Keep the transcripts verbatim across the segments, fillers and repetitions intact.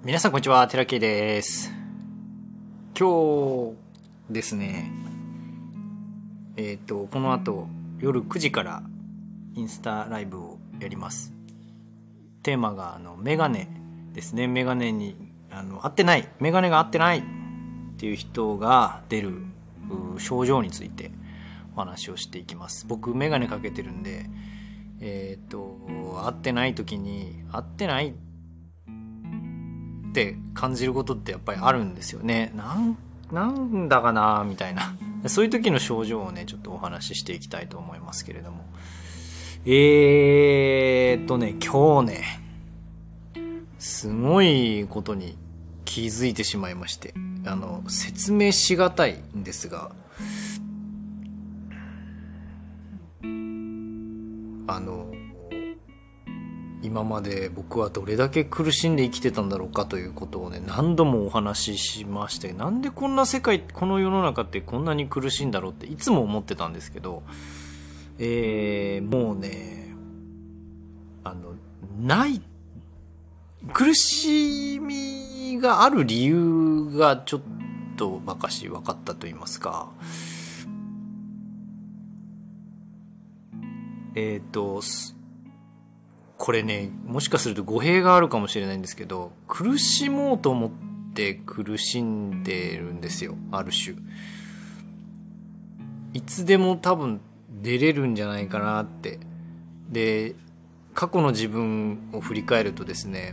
皆さんこんにちは、寺圭です。今日ですね、えっとこの後夜くじからインスタライブをやります。テーマがあのメガネですね。メガネにあの合ってない、メガネが合ってないっていう人が出る症状についてお話をしていきます。僕メガネかけてるんで、えっと合ってない時に合ってないって感じることってやっぱりあるんですよね。なん、なんだかなみたいな、そういう時の症状をねちょっとお話ししていきたいと思いますけれども、えーっとね今日ねすごいことに気づいてしまいまして、あの説明しがたいんですが、あの今まで僕はどれだけ苦しんで生きてたんだろうかということをね何度もお話ししまして、なんでこんな世界、この世の中ってこんなに苦しいんだろうっていつも思ってたんですけど、えー、もうねあのない苦しみがある理由がちょっとばかし分かったと言いますか、えっとこれねもしかすると語弊があるかもしれないんですけど、苦しもうと思って苦しんでるんですよ。ある種いつでも多分出れるんじゃないかなって。で過去の自分を振り返るとですね、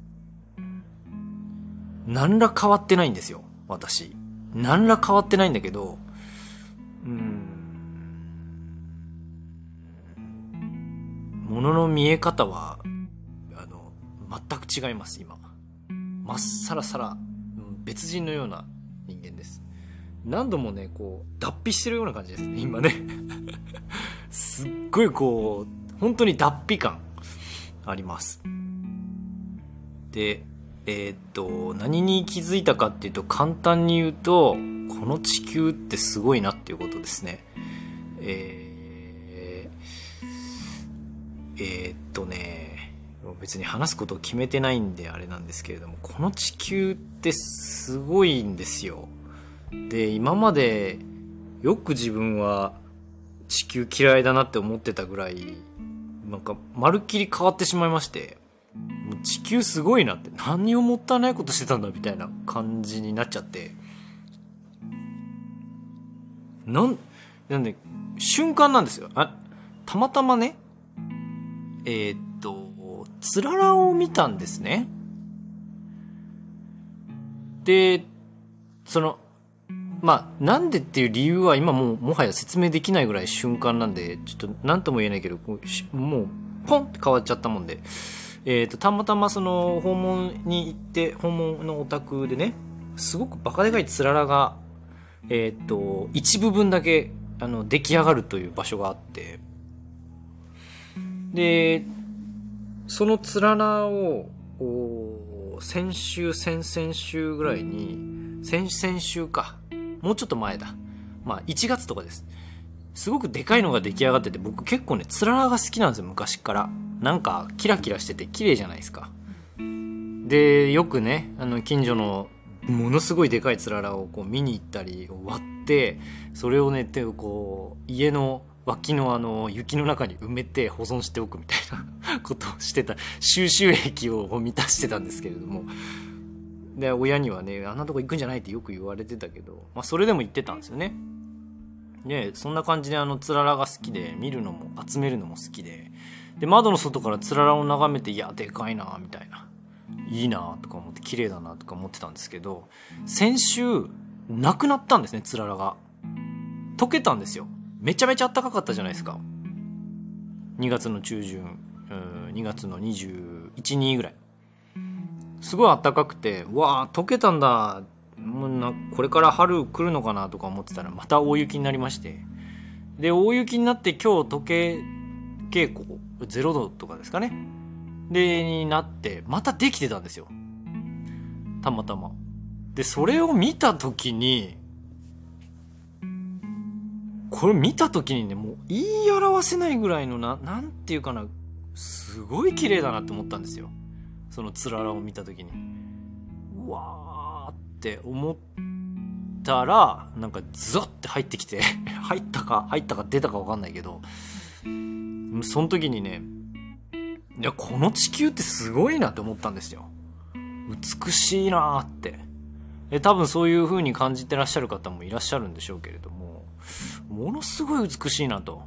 何ら変わってないんですよ。私何ら変わってないんだけど、うーん物の見え方はあの全く違います。今まっさらさら別人のような人間です。何度もねこう脱皮してるような感じですね今ねすっごいこう本当に脱皮感あります。でえー、っと何に気づいたかっていうと、簡単に言うとこの地球ってすごいなっていうことですね。えーえー、っとね別に話すことを決めてないんであれなんですけれども、この地球ってすごいんですよ。で今までよく自分は地球嫌いだなって思ってたぐらい、なんかまるっきり変わってしまいまして、もう地球すごいなって、何をもったいないことしてたんだみたいな感じになっちゃって、なんなんで瞬間なんですよ。あたまたまねえー、っとつららを見たんですね。でそのまあなんでっていう理由は今もうもはや説明できないぐらい瞬間なんで、ちょっと何とも言えないけど、もうポンって変わっちゃったもんで、えー、っとたまたまその訪問に行って、訪問のお宅でねすごくバカでかいつららがえー、っと一部分だけあの出来上がるという場所があって、でそのつららを先週先々週ぐらいに、先々週かもうちょっと前だ、まあいちがつとかです。すごくでかいのが出来上がってて、僕結構ねつららが好きなんですよ、昔から。なんかキラキラしてて綺麗じゃないですか。でよくねあの近所のものすごいでかいつららをこう見に行ったり、割ってそれをねこう家の脇のあの雪の中に埋めて保存しておくみたいなことをしてた、収集癖を満たしてたんですけれども、で親にはねあんなとこ行くんじゃないってよく言われてたけど、まあそれでも行ってたんですよね。でそんな感じであのつららが好きで、見るのも集めるのも好きで、で窓の外からつららを眺めて、いやでかいなみたいな、いいなとか思って、綺麗だなとか思ってたんですけど、先週なくなったんですね、つららが。溶けたんですよ。めちゃめちゃ暖かかったじゃないですか、にがつの中旬、にがつのにじゅういち、にぐらい、すごい暖かくて、うわー溶けたんだ、もうなこれから春来るのかなとか思ってたら、また大雪になりまして、で大雪になって今日溶け傾向ゼロどとかですかね、でになってまたできてたんですよ、たまたま。でそれを見た時に、これ見た時にねもう言い表せないぐらいのな、なんていうかな、すごい綺麗だなって思ったんですよ、そのつららを見た時に。 わーって思ったらなんかズワッて入ってきて入ったか入ったか出たか分かんないけど、その時にね、いやこの地球ってすごいなって思ったんですよ。美しいなーって。え多分そういう風に感じてらっしゃる方もいらっしゃるんでしょうけれども、ものすごい美しいなと。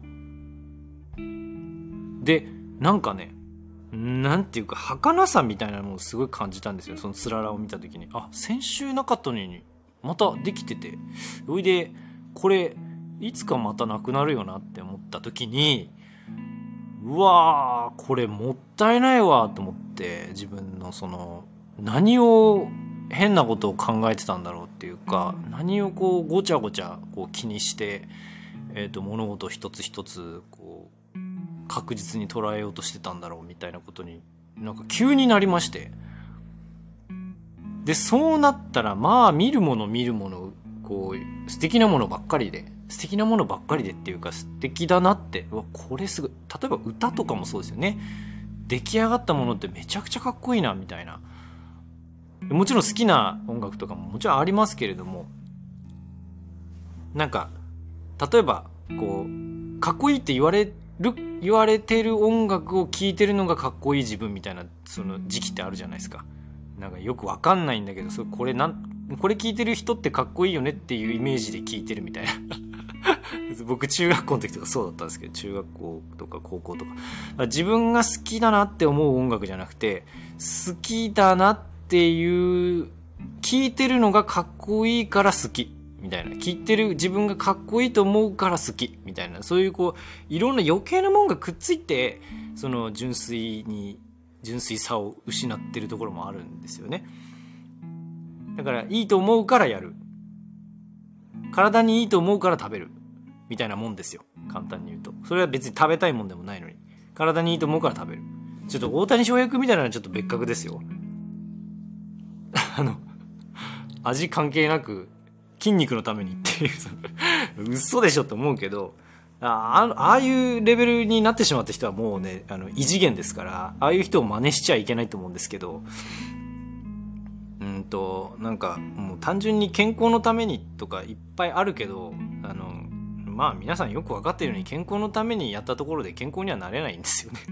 でなんかね、なんていうか儚さみたいなのをすごい感じたんですよ。そのつららを見た時に、あ先週なかったのにまたできてて、おいでこれいつかまたなくなるよなって思った時に、うわーこれもったいないわと思って、自分のその何を変なことを考えてたんだろうっていうか、何をこうごちゃごちゃこう気にして、えーと物事一つ一つこう確実に捉えようとしてたんだろうみたいなことになんか急になりまして、でそうなったらまあ見るもの見るものこう素敵なものばっかりで素敵なものばっかりでっていうか素敵だなって、うわこれすごい、例えば歌とかもそうですよね。出来上がったものってめちゃくちゃかっこいいなみたいな、もちろん好きな音楽とかももちろんありますけれども、なんか例えばこうかっこいいって言われる言われてる音楽を聴いてるのがかっこいい自分みたいなその時期ってあるじゃないですか。なんかよくわかんないんだけど、それこれなんこれ聴いてる人ってかっこいいよねっていうイメージで聴いてるみたいな僕中学校の時とかそうだったんですけど、中学校とか高校とか自分が好きだなって思う音楽じゃなくて、好きだなっていう聴いてるのがかっこいいから好きみたいな、聴いてる自分がかっこいいと思うから好きみたいな、そういうこういろんな余計なもんがくっついて、その純粋に純粋さを失ってるところもあるんですよね。だからいいと思うからやる、体にいいと思うから食べるみたいなもんですよ、簡単に言うと。それは別に食べたいもんでもないのに体にいいと思うから食べる。ちょっと大谷翔平君みたいなのはちょっと別格ですよあの味関係なく筋肉のためにっていう嘘でしょって思うけど、あああいうレベルになってしまった人はもうね、あの異次元ですから、ああいう人を真似しちゃいけないと思うんですけど、うんとなんかもう単純に健康のためにとかいっぱいあるけど、あのまあ皆さんよく分かっているように健康のためにやったところで健康にはなれないんですよね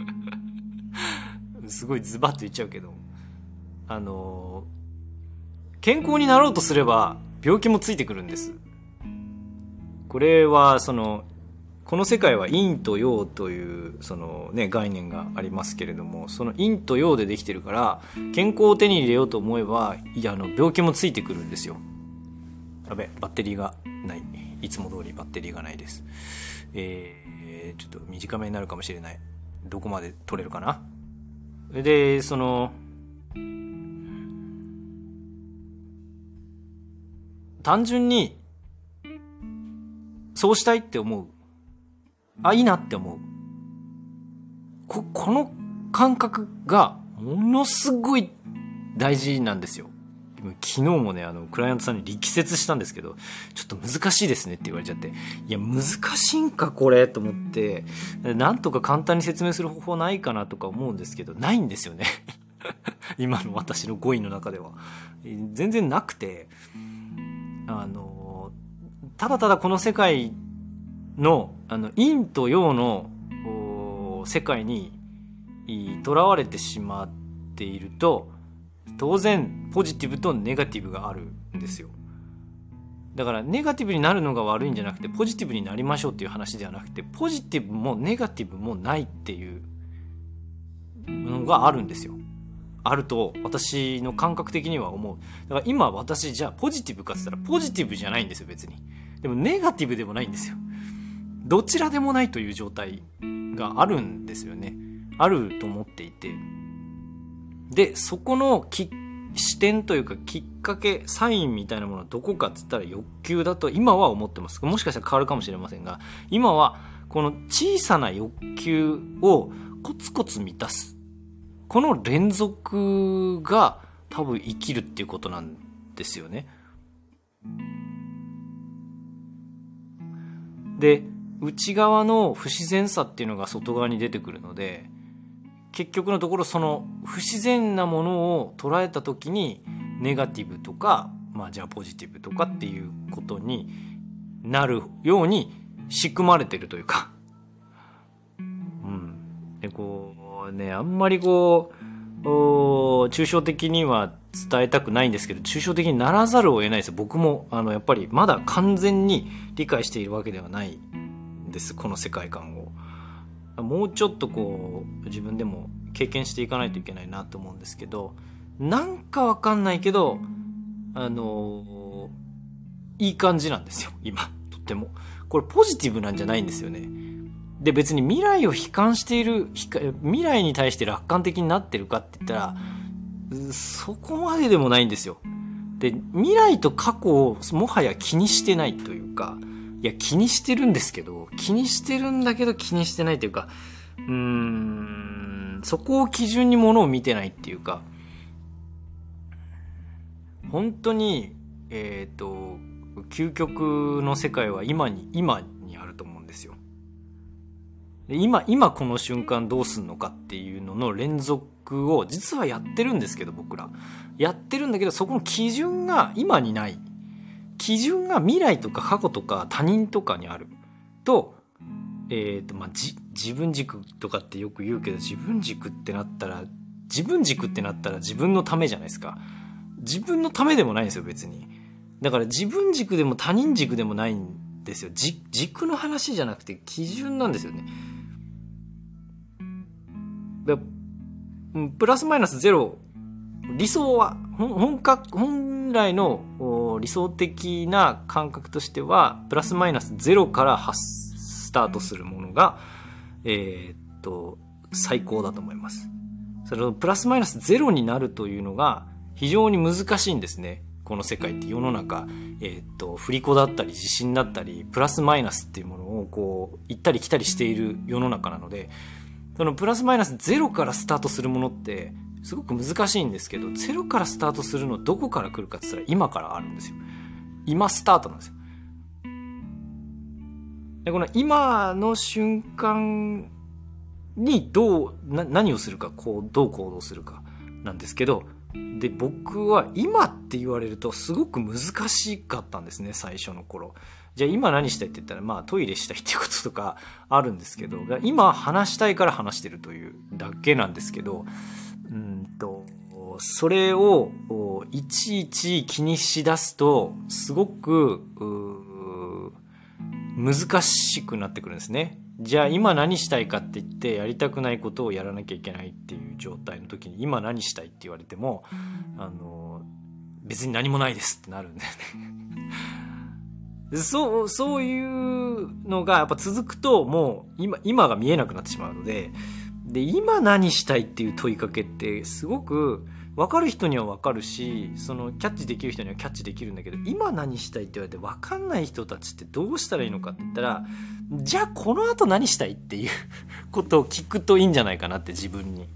すごいズバッと言っちゃうけど、あの健康になろうとすれば病気もついてくるんです。これはそのこの世界は陰と陽というその、ね、概念がありますけれども、その陰と陽でできてるから、健康を手に入れようと思えばいやあの病気もついてくるんですよ。やべバッテリーがない、いつも通りバッテリーがないです。えー、ちょっと短めになるかもしれない。どこまで取れるかな。でその単純にそうしたいって思う、あいいなって思う、 こ, この感覚がものすごい大事なんですよ。昨日もねあのクライアントさんに力説したんですけど、ちょっと難しいですねって言われちゃって、いや難しいんかこれと思って、なんとか簡単に説明する方法ないかなとか思うんですけど、ないんですよね今の私の語彙の中では全然なくて、あのただただこの世界のあの陰と陽の世界にとらわれてしまっていると、当然ポジティブとネガティブがあるんですよ。だからネガティブになるのが悪いんじゃなくて、ポジティブになりましょうっていう話ではなくて、ポジティブもネガティブもないっていうのがあるんですよ。あると私の感覚的には思う。だから今私じゃあポジティブかって言ったらポジティブじゃないんですよ別に。でもネガティブでもないんですよ。どちらでもないという状態があるんですよね。あると思っていて、でそこのき視点というかきっかけサインみたいなものはどこかって言ったら欲求だと今は思ってます。もしかしたら変わるかもしれませんが、今はこの小さな欲求をコツコツ満たす、この連続が多分生きるっていうことなんですよね。で内側の不自然さっていうのが外側に出てくるので、結局のところその不自然なものを捉えた時にネガティブとか、まあじゃあポジティブとかっていうことになるように仕組まれてるというか、うん。で、こうね、あんまりこう、抽象的には伝えたくないんですけど、抽象的にならざるを得ないですよ。僕も、あの、やっぱりまだ完全に理解しているわけではないんです、この世界観を。もうちょっとこう、自分でも経験していかないといけないなと思うんですけど、なんかわかんないけど、あのー、いい感じなんですよ、今。とっても。これポジティブなんじゃないんですよね。で、別に未来を悲観している、未来に対して楽観的になってるかって言ったら、そこまででもないんですよ。で、未来と過去をもはや気にしてないというか、いや、気にしてるんですけど、気にしてるんだけど気にしてないというか、うーん、そこを基準にものを見てないっていうか、本当に、えっと、究極の世界は今に、今にあると思うんですよ。で今、今この瞬間どうすんのかっていうのの連続を実はやってるんですけど、僕ら。やってるんだけど、そこの基準が今にない。基準が未来とか過去とか他人とかにある。と、えっと、まあ、じ、自分軸とかってよく言うけど、自分軸ってなったら、自分軸ってなったら自分のためじゃないですか。自分のためでもないんですよ、別に。だから自分軸でも他人軸でもないんですよ。じ、軸の話じゃなくて基準なんですよね。だプラスマイナスゼロ、理想は、本格、本来の理想的な感覚としては、プラスマイナスゼロからスタートするものが、えー、っと、最高だと思います。それをプラスマイナスゼロになるというのが非常に難しいんですね。この世界って世の中、えー、っと、振り子だったり地震だったり、プラスマイナスっていうものをこう、行ったり来たりしている世の中なので、そのプラスマイナスゼロからスタートするものってすごく難しいんですけど、ゼロからスタートするのどこから来るかって言ったら今からあるんですよ。今スタートなんですよ。でこの今の瞬間にどうな何をするか、こうどう行動するかなんですけど、で僕は今って言われるとすごく難しかったんですね、最初の頃。じゃあ今何したいって言ったら、まあトイレしたいっていうこととかあるんですけど、今話したいから話してるというだけなんですけど、うんとそれをいちいち気にしだすとすごく難しくなってくるんですね。じゃあ今何したいかって言ってやりたくないことをやらなきゃいけないっていう状態の時に今何したいって言われても、あの別に何もないですってなるんだよねそうそういうのがやっぱ続くともう今今が見えなくなってしまうので、で今何したいっていう問いかけってすごく分かる人には分かるし、そのキャッチできる人にはキャッチできるんだけど、今何したいって言われて分かんない人たちってどうしたらいいのかって言ったら、じゃあこの後何したいっていうことを聞くといいんじゃないかなって、自分に。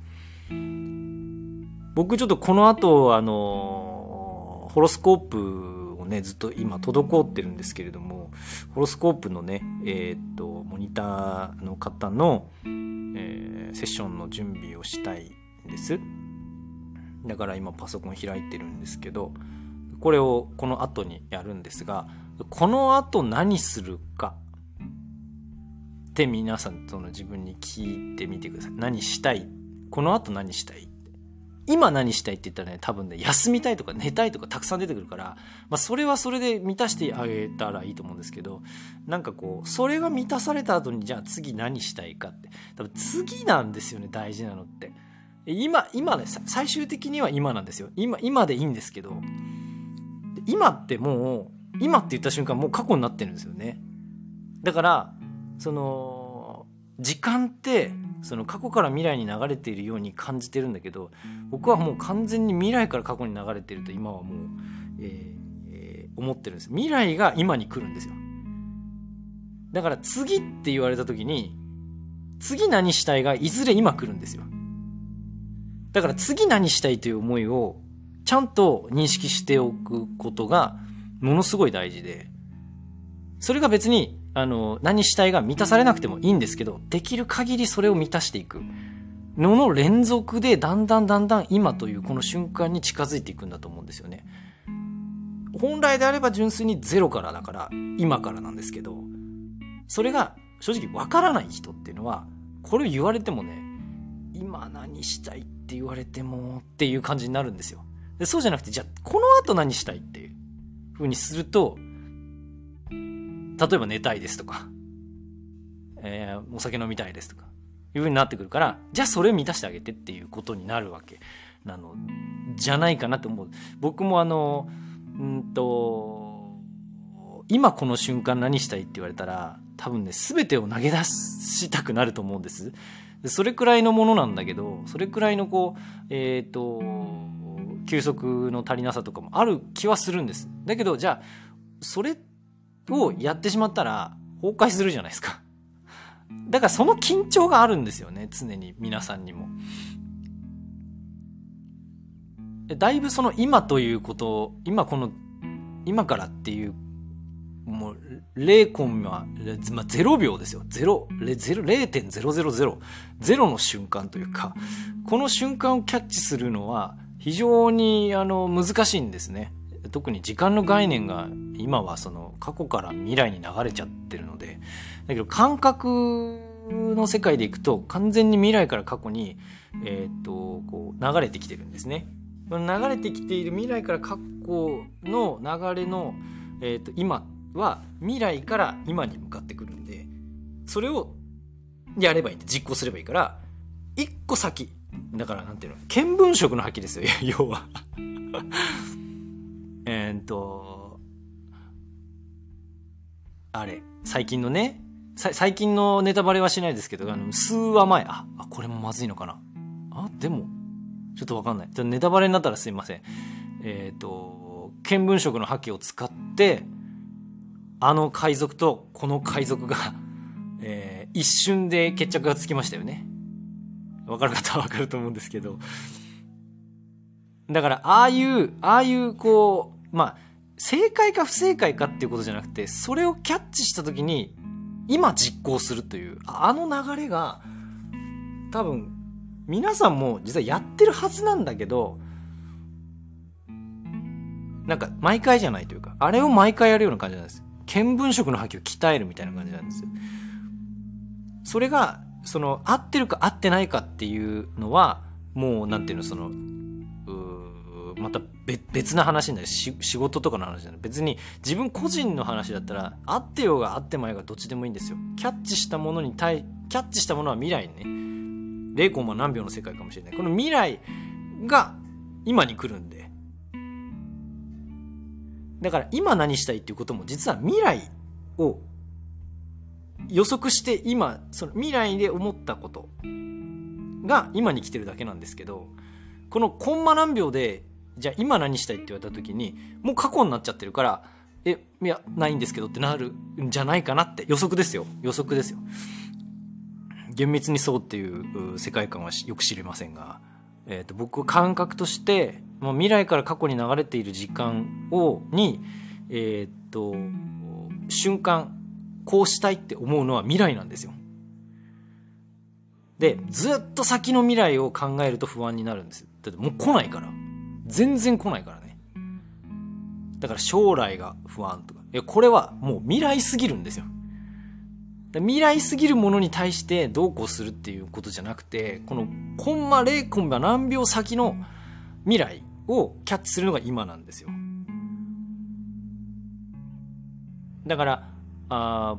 僕ちょっとこの後あのホロスコープをねずっと今滞ってるんですけれども、ホロスコープのねえー、っとモニターの方の、えー、セッションの準備をしたいんです。だから今パソコン開いてるんですけど、これをこの後にやるんですが、この後何するかって皆さんその自分に聞いてみてください。何したい？この後何したい？今何したいって言ったらね、多分ね、休みたいとか寝たいとかたくさん出てくるから、まあそれはそれで満たしてあげたらいいと思うんですけど、なんかこう、それが満たされた後にじゃあ次何したいかって、多分次なんですよね、大事なのって。今、今ね、最終的には今なんですよ。今、今でいいんですけど、今ってもう、今って言った瞬間もう過去になってるんですよね。だから、その、時間って、その過去から未来に流れているように感じてるんだけど、僕はもう完全に未来から過去に流れてると今はもう、えー、思ってるんです。未来が今に来るんですよ。だから次って言われた時に、次何したいがいずれ今来るんですよ。だから次何したいという思いをちゃんと認識しておくことがものすごい大事で、それが別にあの何したいが満たされなくてもいいんですけど、できる限りそれを満たしていく。 のの連続でだんだんだんだん今というこの瞬間に近づいていくんだと思うんですよね。本来であれば純粋にゼロからだから今からなんですけど、それが正直わからない人っていうのはこれを言われてもね、今何したいって言われてもっていう感じになるんですよ。でそうじゃなくて、じゃあこの後何したいっていう風にすると、例えば寝たいですとか、えー、お酒飲みたいですとかいう風になってくるから、じゃあそれを満たしてあげてっていうことになるわけなのじゃないかなと思う。僕もあのうんと今この瞬間何したいって言われたら、多分ね全てを投げ出したくなると思うんです。それくらいのものなんだけど、それくらいのこうえっと休息の足りなさとかもある気はするんです。だけどじゃあそれをやってしまったら崩壊するじゃないですか。だからその緊張があるんですよね、常に皆さんにも。だいぶその今ということを、今この今からっていうもうゼロコンマゼロびょうですよ。ゼロ ゼロてんゼロゼロゼロ ゼロの瞬間というか、この瞬間をキャッチするのは非常にあの難しいんですね。特に時間の概念が今はその過去から未来に流れちゃってるので、だけど感覚の世界でいくと完全に未来から過去にえっとこう流れてきてるんですね。流れてきている未来から過去の流れの、えー、と今は未来から今に向かってくるんで、それをやればいいんで、実行すればいいから、一個先だから、なんていうの、見聞色の覇気ですよ要はえっとあれ最近のね最近のネタバレはしないですけど、あの数話前、ああこれもまずいのかな、あでもちょっとわかんない。ネタバレになったらすいません。えっと、見聞色の覇気を使って、あの海賊とこの海賊が、えー、一瞬で決着がつきましたよね。わかる方はわかると思うんですけど。だから、ああいう、ああいう、こう、まあ、正解か不正解かっていうことじゃなくて、それをキャッチしたときに、今実行するという、あの流れが、多分、皆さんも実はやってるはずなんだけど、なんか毎回じゃないというか、あれを毎回やるような感じなんです。見聞色の覇気を鍛えるみたいな感じなんですよ。それがその合ってるか合ってないかっていうのはもうなんていうの、そのうまた別な話になる。し仕事とかの話じゃない。別に自分個人の話だったら合ってようが合ってまいがどっちでもいいんですよ。キャッチしたものに対キャッチしたものは未来にね。ゼロコンマ何秒の世界かもしれない。この未来が今に来るんで、だから今何したいっていうことも実は未来を予測して今その未来で思ったことが今に来てるだけなんですけど、このコンマ何秒でじゃあ今何したいって言われた時にもう過去になっちゃってるから、えいやないんですけどってなるんじゃないかなって。予測ですよ、予測ですよ。厳密にそうっていう世界観はよく知りませんが、えー、と僕は感覚として、まあ、未来から過去に流れている時間をに、えー、と瞬間こうしたいって思うのは未来なんですよ。でずっと先の未来を考えると不安になるんです。だってもう来ないから、全然来ないからね。だから将来が不安とか、いやこれはもう未来すぎるんですよ。未来すぎるものに対してどうこうするっていうことじゃなくて、このコンマゼロコンマ何秒先の未来をキャッチするのが今なんですよ。だからあ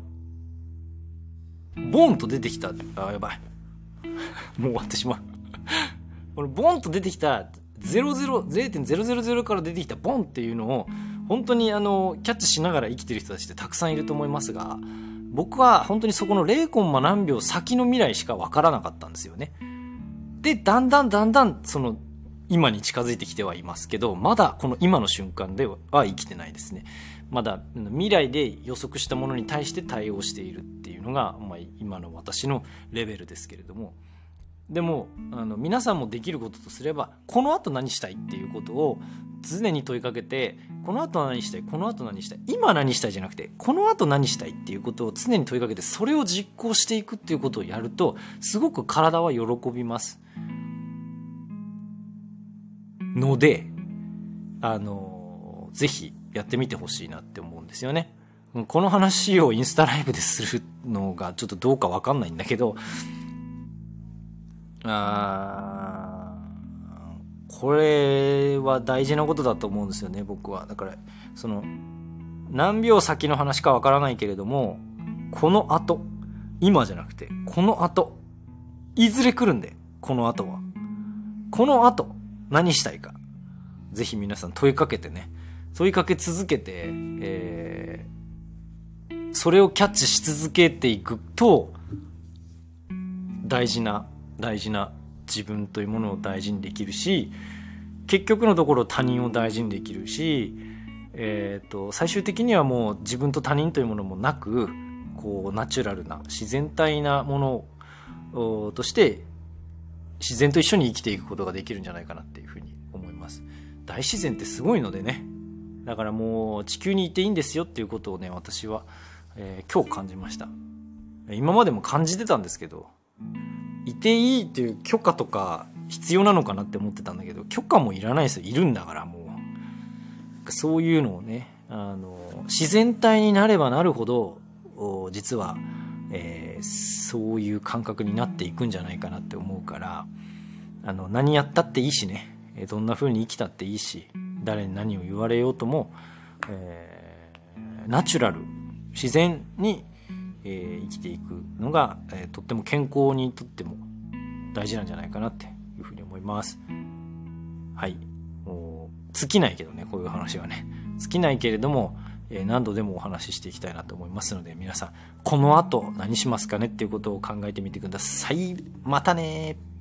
ボンと出てきた、あやばいもう終わってしまうこのボンと出てきたゼロてんゼロゼロゼロから出てきたボンっていうのを本当にあのキャッチしながら生きてる人たちってたくさんいると思いますが、僕は本当にそこのゼロコンマ何秒先の未来しか分からなかったんですよね。でだんだんだんだんその今に近づいてきてはいますけど、まだこの今の瞬間では生きてないですね。まだ未来で予測したものに対して対応しているっていうのが、まあ、今の私のレベルですけれども、でもあの皆さんもできることとすれば、この後何したいっていうことを常に問いかけて、この後何したい、この後何したい、今何したいじゃなくてこの後何したいっていうことを常に問いかけて、それを実行していくっていうことをやるとすごく体は喜びます。 ので、あのぜひやってみてほしいなって思うんですよね。この話をインスタライブでするのがちょっとどうかわかんないんだけど、あーこれは大事なことだと思うんですよね、僕は。だからその何秒先の話かわからないけれども、この後、今じゃなくてこの後、いずれ来るんで、この後はこの後何したいか、ぜひ皆さん問いかけてね、問いかけ続けて、えー、それをキャッチし続けていくと、大事な大事な自分というものを大事にできるし、結局のところ他人を大事にできるし、えーと、最終的にはもう自分と他人というものもなく、こうナチュラルな自然体なものとして自然と一緒に生きていくことができるんじゃないかなっていうふうに思います。大自然ってすごいのでね、だからもう地球にいていいんですよっていうことをね、私は、えー、今日感じました。今までも感じてたんですけど、いていいっていう許可とか必要なのかなって思ってたんだけど、許可もいらないですよ。いるんだからもう。そういうのをね、あの自然体になればなるほど、実は、えー、そういう感覚になっていくんじゃないかなって思うから、あの何やったっていいしね、どんな風に生きたっていいし、誰に何を言われようとも、えー、ナチュラル、自然に、えー、生きていくのが、えー、とっても健康にとっても大事なんじゃないかなっていうふうに思います。はい。もう尽きないけどね、こういう話はね、尽きないけれども、えー、何度でもお話ししていきたいなと思いますので、皆さんこの後何しますかねっていうことを考えてみてください。またねー。